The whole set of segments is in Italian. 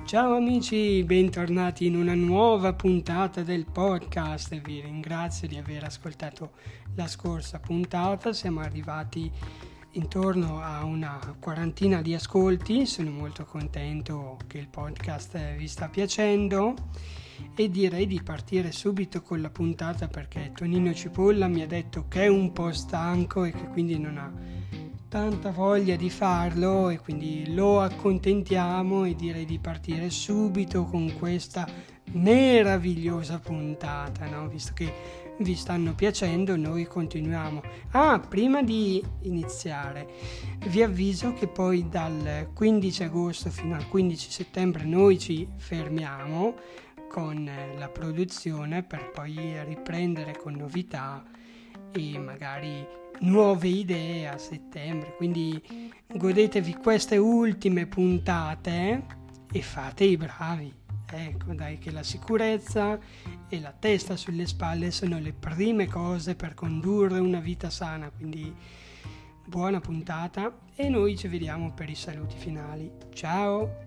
Ciao amici, bentornati in una nuova puntata del podcast. Vi ringrazio di aver ascoltato la scorsa puntata. Siamo arrivati intorno a una quarantina di ascolti. Sono molto contento che il podcast vi sta piacendo e direi di partire subito con la puntata perché Tonino Cipolla mi ha detto che è un po' stanco e che quindi non ha tanta voglia di farlo e quindi lo accontentiamo e direi di partire subito con questa meravigliosa puntata, no? Visto che vi stanno piacendo, noi continuiamo. Prima di iniziare vi avviso che poi dal 15 agosto fino al 15 settembre noi ci fermiamo con la produzione per poi riprendere con novità e magari nuove idee a settembre, quindi godetevi queste ultime puntate e fate i bravi. Ecco, dai, che la sicurezza e la testa sulle spalle sono le prime cose per condurre una vita sana, quindi buona puntata e noi ci vediamo per i saluti finali. Ciao!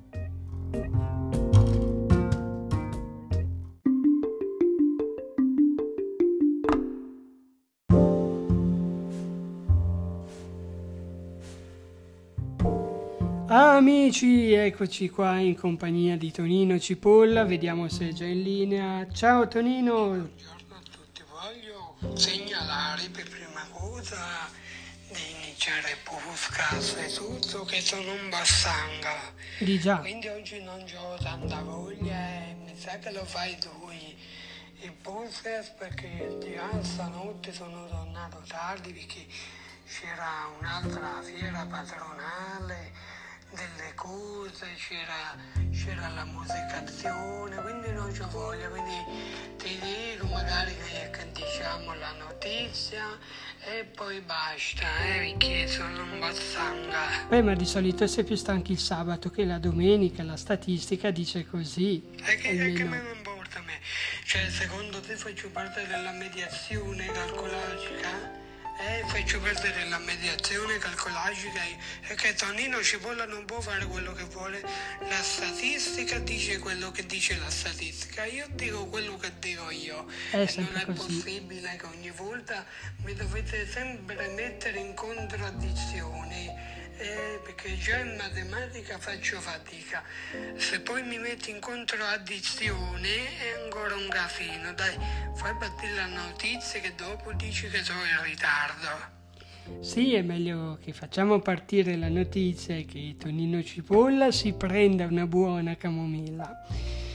Amici, eccoci qua in compagnia di Tonino Cipolla, vediamo se è già in linea. Ciao Tonino! Buongiorno a tutti, voglio segnalare per prima cosa di iniziare podcast e tutto che sono un bassanga. Di già. Quindi oggi non ho tanta voglia e mi sa che lo fai tu il podcast perché stanotte sono tornato tardi perché c'era un'altra fiera patronale delle cose, c'era la musicazione, quindi non c'ho voglia, quindi ti dico magari che diciamo la notizia e poi basta, perché sono un bazzanga. Ma di solito sei più stanchi il sabato che la domenica, la statistica dice così. È che me ne importa a me, cioè secondo te faccio parte della mediazione calcologica? Faccio perdere la mediazione calcologica e che Tonino Cipolla non può fare quello che vuole, la statistica dice quello che dice la statistica, io dico quello che dico io e non è possibile che ogni volta mi dovete sempre mettere in contraddizione. Perché già in matematica faccio fatica, se poi mi metti in contraddizione è ancora un casino. Dai, fai partire la notizia che dopo dici che sono in ritardo. Sì, è meglio che facciamo partire la notizia e che Tonino Cipolla si prenda una buona camomilla.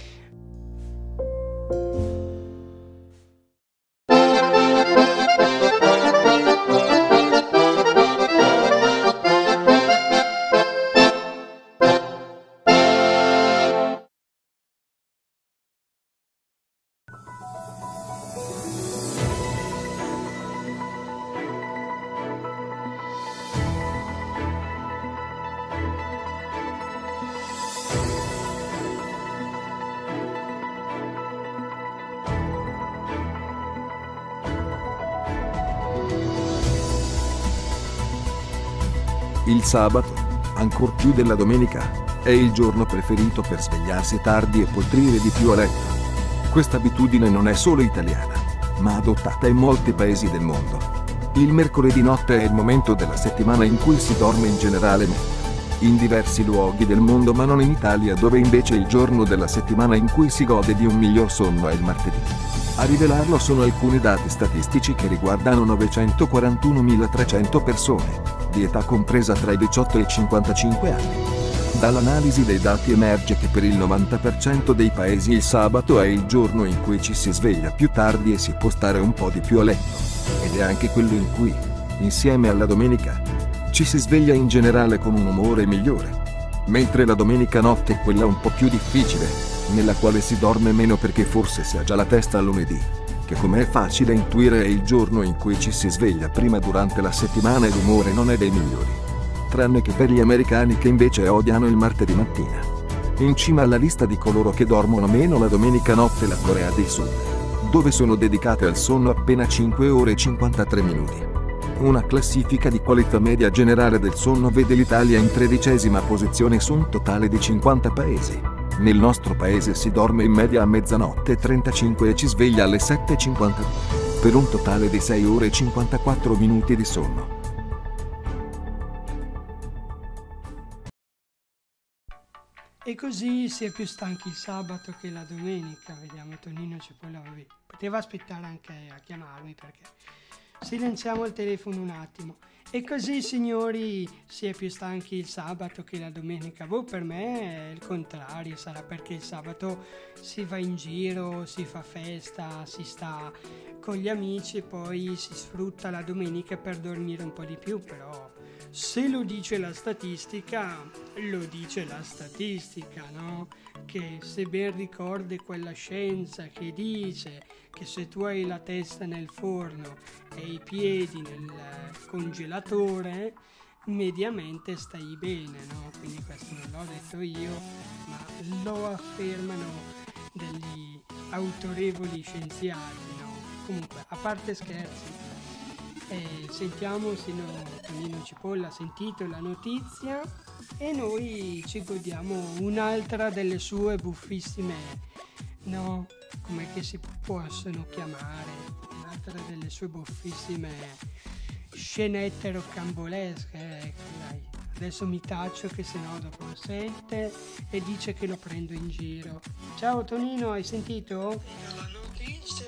Il sabato, ancor più della domenica, è il giorno preferito per svegliarsi tardi e poltrire di più a letto. Questa abitudine non è solo italiana, ma adottata in molti paesi del mondo. Il mercoledì notte è il momento della settimana in cui si dorme in generale meglio. In diversi luoghi del mondo, ma non in Italia, dove invece il giorno della settimana in cui si gode di un miglior sonno è il martedì. A rivelarlo sono alcuni dati statistici che riguardano 941.300 persone, di età compresa tra i 18 e i 55 anni. Dall'analisi dei dati emerge che per il 90% dei paesi il sabato è il giorno in cui ci si sveglia più tardi e si può stare un po' di più a letto, ed è anche quello in cui, insieme alla domenica, ci si sveglia in generale con un umore migliore, mentre la domenica notte è quella un po' più difficile, nella quale si dorme meno perché forse si ha già la testa a lunedì, che come è facile intuire è il giorno in cui ci si sveglia prima durante la settimana e l'umore non è dei migliori, tranne che per gli americani che invece odiano il martedì mattina. In cima alla lista di coloro che dormono meno la domenica notte la Corea del Sud, dove sono dedicate al sonno appena 5 ore e 53 minuti. Una classifica di qualità media generale del sonno vede l'Italia in 13ª posizione su un totale di 50 paesi. Nel nostro paese si dorme in media a mezzanotte 35 e ci sveglia alle 7:52, per un totale di 6 ore e 54 minuti di sonno. E così si è più stanchi il sabato che la domenica. Vediamo, Tonino Cipolla, vabbè, poteva aspettare anche a chiamarmi, perché silenziamo il telefono un attimo. E così, signori, si è più stanchi il sabato che la domenica. Per me è il contrario, sarà perché il sabato si va in giro, si fa festa, si sta con gli amici e poi si sfrutta la domenica per dormire un po' di più. Però se lo dice la statistica, lo dice la statistica, no? Che se ben ricordi quella scienza che dice che se tu hai la testa nel forno e i piedi nel congelatore, mediamente stai bene, no? Quindi questo non l'ho detto io, ma lo affermano degli autorevoli scienziati, no? Comunque, a parte scherzi, sentiamo se Tonino Cipolla ha sentito la notizia e noi ci godiamo un'altra delle sue buffissime, no? Come che si possono chiamare? Un'altra delle sue buffissime scenette roccambolesche, ecco, dai. Adesso mi taccio che sennò dopo lo sente e dice che lo prendo in giro. Ciao Tonino, hai sentito? La notizia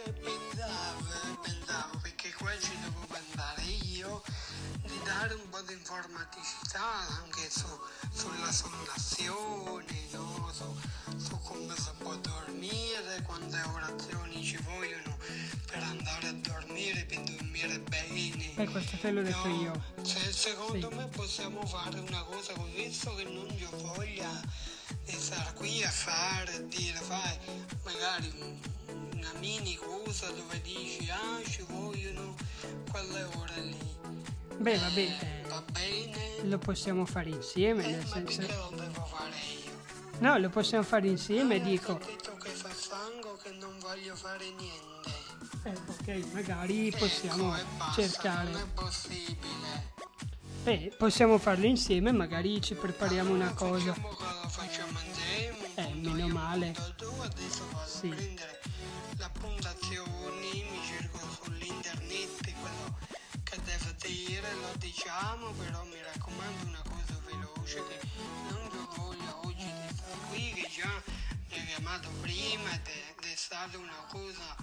pensavo perché qua ci devo pensare io di dare un po' di informaticità anche sulla sondazione, no? Su come si può dormire, quante orazioni ci vogliono per andare a dormire, per dormire bene. Questo te l'ho detto io. Secondo me possiamo fare una cosa così, visto che non ho voglia di stare qui a fare, a dire fai magari una mini cosa dove dici ci vogliono quelle ore lì. Beh, vabbè, va bene. Lo possiamo fare insieme, nel senso. Perché lo devo fare io? No, lo possiamo fare insieme, dico. Ho detto che fa fango, che non voglio fare niente. Ok, magari possiamo cercare. Non è possibile. Possiamo farlo insieme, magari ci prepariamo una cosa. Facciamo insieme. Meno male. Adesso vado a prendere la puntazione, mi cerco sull'internet quello che deve dire, lo diciamo, però mi raccomando una cosa veloce, che non ho voglia oggi di stare qui, che già mi ha chiamato prima ed è stata una cosa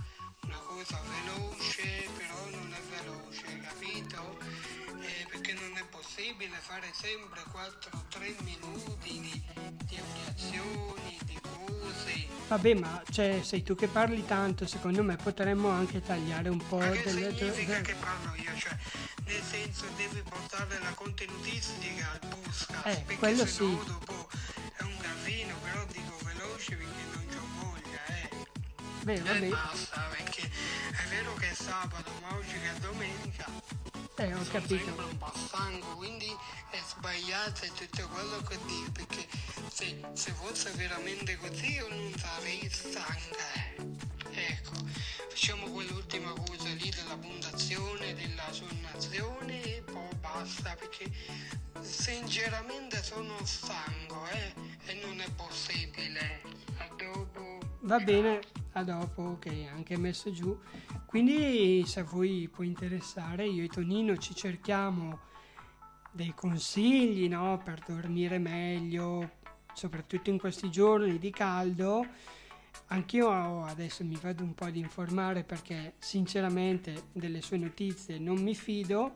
veloce, però non è veloce, capito? Perché non è possibile fare sempre 4-3 minuti di obiezioni, di cose. Vabbè, ma sei tu che parli tanto, secondo me potremmo anche tagliare un po' delle tue. Significa che parlo io, cioè nel senso devi portare la contenutistica al podcast, perché quello se no sì. dopo è un casino, però dico veloce perché non c'ho voglia, Vabbè. Basta, perché è vero che è sabato, ma oggi che è domenica. Ho capito. Sembra un po' stanco, quindi è sbagliato tutto quello che dico, perché se fosse veramente così io non sarei stanca. Ecco, facciamo quell'ultima cosa lì della puntazione, della sonnazione e poi basta, perché sinceramente sono stanco e non è possibile. A dopo. Va bene, a dopo, ok, anche messo giù. Quindi se a voi può interessare, io e Tonino ci cerchiamo dei consigli, no, per dormire meglio, soprattutto in questi giorni di caldo. Anch'io adesso mi vado un po' ad informare perché sinceramente delle sue notizie non mi fido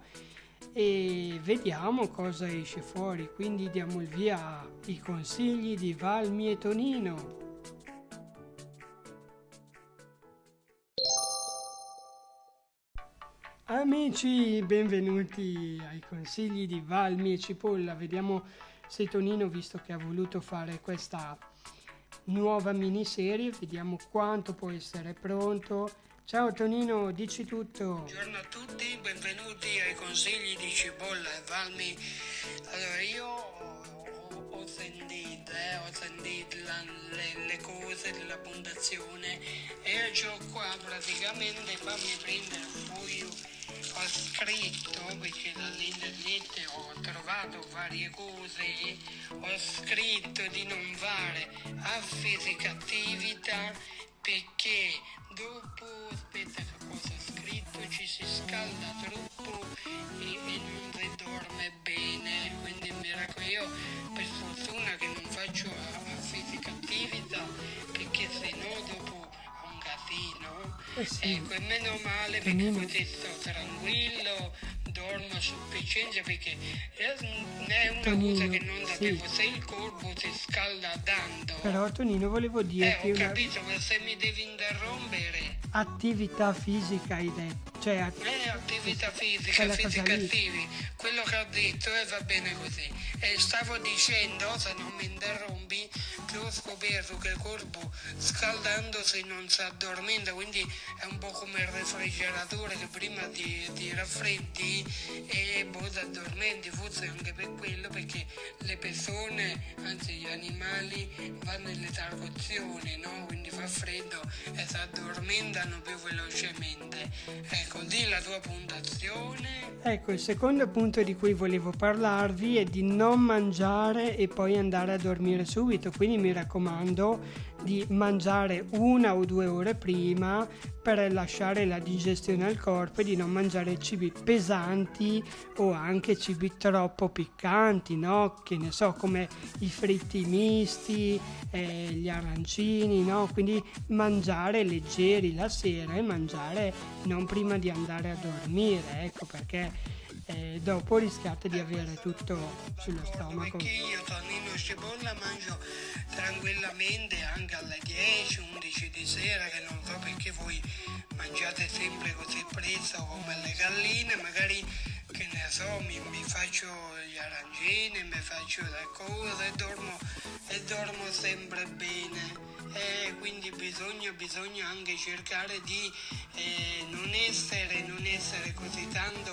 e vediamo cosa esce fuori. Quindi diamo il via ai consigli di Valmi e Tonino. Amici, benvenuti ai consigli di Valmi e Cipolla. Vediamo se Tonino, visto che ha voluto fare questa nuova miniserie, vediamo quanto può essere pronto. Ciao Tonino, dici tutto. Buongiorno a tutti, benvenuti ai consigli di Cipolla e Valmi. Allora, io ho sentito le cose della puntazione e ho qua praticamente, fammi prendere un foglio, ho scritto, perché dall'internet ho trovato provato varie cose, ho scritto di non fare a physical attività perché dopo, aspetta che cosa ho scritto, ci si scalda troppo e non si dorme bene, quindi mi raccomando, io per fortuna che non faccio a physical attività perché sennò dopo è un casino. Sì. Ecco, e meno male perché così sto tranquillo, dormo a sufficienza perché è una cosa che non sapevo, se il corpo si scalda tanto. Però Tonino, volevo dirti ho capito, ma se mi devi interrompere. Attività fisica hai detto, cioè attività fisica attivi, quello che ho detto va bene così. E stavo dicendo, se non mi interrompi, che ho scoperto che il corpo scaldandosi non si addormenta, quindi è un po' come il refrigeratore che prima ti raffreddi e poi ti addormenti, forse anche per quello, perché le persone, anzi gli animali, vanno in letargozione, no? Quindi fa freddo e si addormentano più velocemente. Ecco, di la tua puntazione. Ecco, il secondo punto di cui volevo parlarvi è di non mangiare e poi andare a dormire subito, quindi mi raccomando di mangiare 1 o 2 ore prima per lasciare la digestione al corpo e di non mangiare cibi pesanti o anche cibi troppo piccanti, no? Che ne so, come i fritti misti, gli arancini, no? Quindi mangiare leggeri la sera e mangiare non prima di andare a dormire, ecco, perché dopo rischiate di avere tutto sullo stomaco. Perché io tonino cipolla mangio tranquillamente anche alle 10, 11 di sera, che non so perché voi mangiate sempre così presto come le galline, magari, che ne so, mi faccio gli arancini, mi faccio le cose e dormo sempre bene. Quindi bisogna anche cercare di non essere così tanto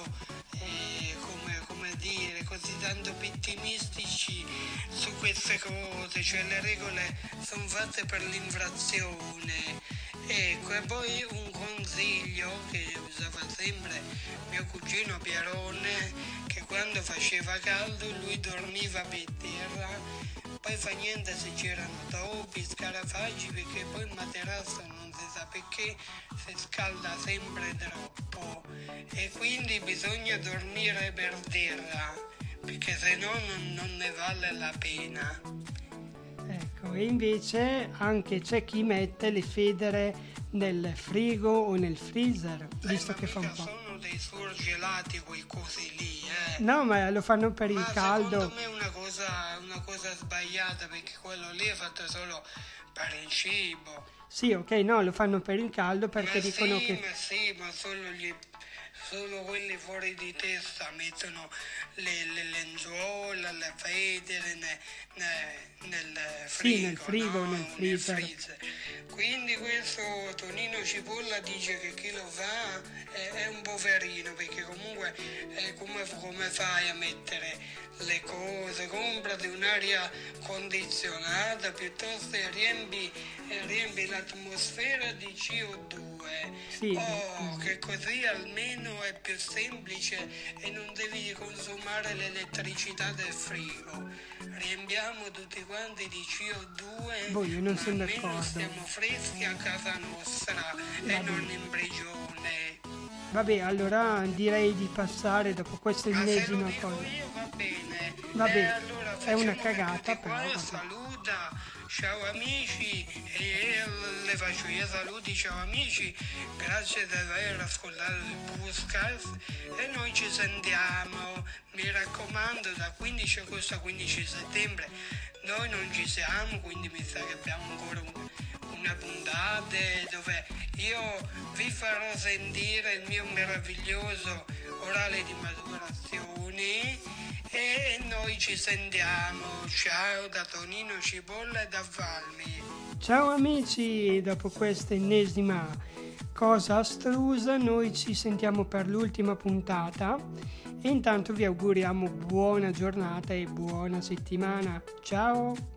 così tanto pittimistici su queste cose, cioè le regole sono fatte per l'infrazione. Ecco, e poi un consiglio che usava sempre mio cugino Pierone, che quando faceva caldo lui dormiva per terra, poi fa niente se c'erano topi, scarafaggi, perché poi il materasso non si sa perché si scalda sempre troppo e quindi bisogna dormire per terra, perché se no non ne vale la pena. Ecco, e invece anche c'è chi mette le federe nel frigo o nel freezer, visto che fa un po'. Sono dei surgelati quei cosi lì, No, ma lo fanno per il caldo. Secondo me è una cosa sbagliata, perché quello lì è fatto solo per il cibo. Sì, ok, no, lo fanno per il caldo perché dicono che... Ma solo quelli fuori di testa mettono le lenzuola, le federe nel frigo, nel frigo, no? nel freezer. Quindi questo Tonino Cipolla dice che chi lo fa è un poverino, perché comunque come fai a mettere le cose? Comprati un'aria condizionata, piuttosto riempi l'atmosfera di CO2. Sì. Che così almeno è più semplice e non devi consumare l'elettricità del frigo. Riempiamo tutti quanti di CO2, io non sono d'accordo. Stiamo freschi a casa nostra e non in prigione. Vabbè, allora direi di passare dopo questa ennesima cosa. Io va bene. Vabbè, Allora è una cagata, però. Saluta, ciao amici, e le faccio io saluti, ciao amici, grazie di aver ascoltato il podcast e noi ci sentiamo, mi raccomando, da 15 agosto a 15 settembre noi non ci siamo, quindi mi sa che abbiamo ancora una puntata dove io vi farò sentire il mio meraviglioso orale di maturazione e noi ci sentiamo. Ciao da Tonino Cipolla e da Valmi. Ciao amici, dopo questa ennesima cosa astrusa noi ci sentiamo per l'ultima puntata e intanto vi auguriamo buona giornata e buona settimana. Ciao!